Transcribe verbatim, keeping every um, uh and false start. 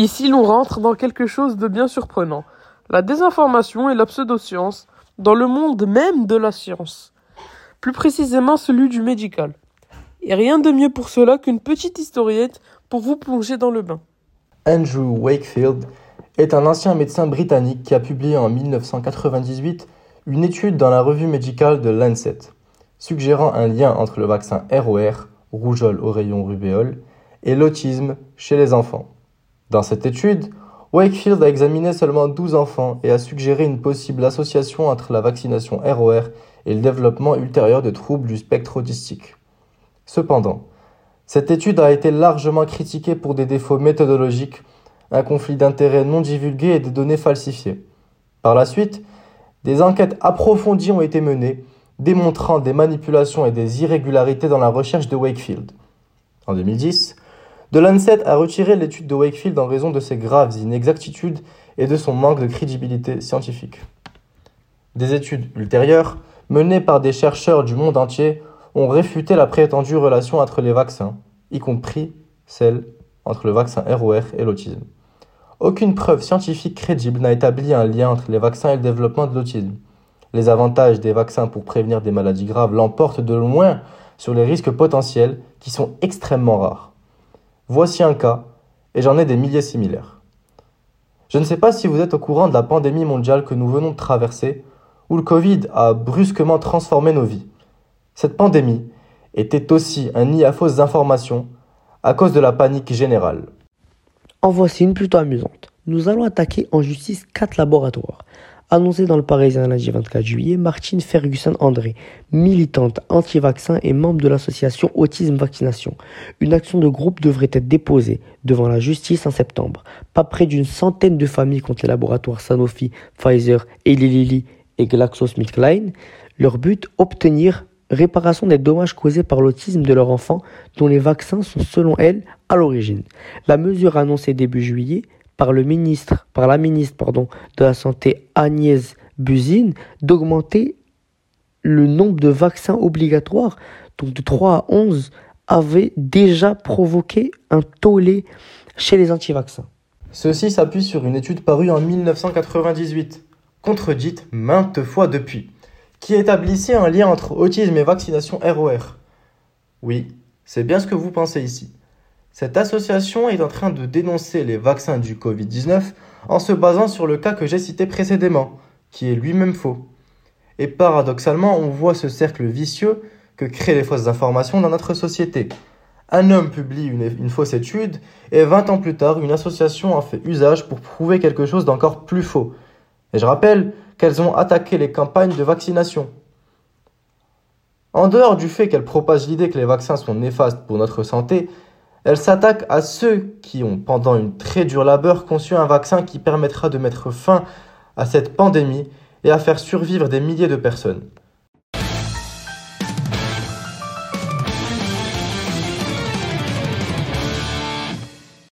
Ici, l'on rentre dans quelque chose de bien surprenant. La désinformation et la pseudoscience dans le monde même de la science. Plus précisément celui du médical. Et rien de mieux pour cela qu'une petite historiette pour vous plonger dans le bain. Andrew Wakefield est un ancien médecin britannique qui a publié en dix-neuf cent quatre-vingt-dix-huit une étude dans la revue médicale de Lancet, suggérant un lien entre le vaccin R O R, rougeole, oreillon, rubéole, et l'autisme chez les enfants. Dans cette étude, Wakefield a examiné seulement douze enfants et a suggéré une possible association entre la vaccination R O R et le développement ultérieur de troubles du spectre autistique. Cependant, cette étude a été largement critiquée pour des défauts méthodologiques, un conflit d'intérêts non divulgué et des données falsifiées. Par la suite, des enquêtes approfondies ont été menées, démontrant des manipulations et des irrégularités dans la recherche de Wakefield. En deux mille dix, The Lancet a retiré l'étude de Wakefield en raison de ses graves inexactitudes et de son manque de crédibilité scientifique. Des études ultérieures, menées par des chercheurs du monde entier, ont réfuté la prétendue relation entre les vaccins, y compris celle entre le vaccin R O R et l'autisme. Aucune preuve scientifique crédible n'a établi un lien entre les vaccins et le développement de l'autisme. Les avantages des vaccins pour prévenir des maladies graves l'emportent de loin sur les risques potentiels qui sont extrêmement rares. Voici un cas, et j'en ai des milliers similaires. Je ne sais pas si vous êtes au courant de la pandémie mondiale que nous venons de traverser, où le Covid a brusquement transformé nos vies. Cette pandémie était aussi un nid à fausses informations à cause de la panique générale. En voici une plutôt amusante. Nous allons attaquer en justice quatre laboratoires. Annoncé dans le Parisien lundi vingt-quatre juillet, Martine Ferguson-André, militante anti-vaccin et membre de l'association Autisme Vaccination. Une action de groupe devrait être déposée devant la justice en septembre. Pas près d'une centaine de familles contre les laboratoires Sanofi, Pfizer, Eli Lilly et GlaxoSmithKline. Leur but, obtenir réparation des dommages causés par l'autisme de leur enfant dont les vaccins sont selon elle à l'origine. La mesure annoncée début juillet par le ministre, par la ministre pardon, de la Santé Agnès Buzyn d'augmenter le nombre de vaccins obligatoires, donc de trois à onze, avait déjà provoqué un tollé chez les anti-vaccins. Ceci s'appuie sur une étude parue en dix-neuf cent quatre-vingt-dix-huit, contredite maintes fois depuis, qui établissait un lien entre autisme et vaccination R O R. Oui, c'est bien ce que vous pensez ici. Cette association est en train de dénoncer les vaccins du covid dix-neuf en se basant sur le cas que j'ai cité précédemment, qui est lui-même faux. Et paradoxalement, on voit ce cercle vicieux que créent les fausses informations dans notre société. Un homme publie une, une fausse étude et vingt ans plus tard, une association en fait usage pour prouver quelque chose d'encore plus faux. Et je rappelle qu'elles ont attaqué les campagnes de vaccination. En dehors du fait qu'elles propagent l'idée que les vaccins sont néfastes pour notre santé, elles s'attaquent à ceux qui ont, pendant une très dure labeur, conçu un vaccin qui permettra de mettre fin à cette pandémie et à faire survivre des milliers de personnes.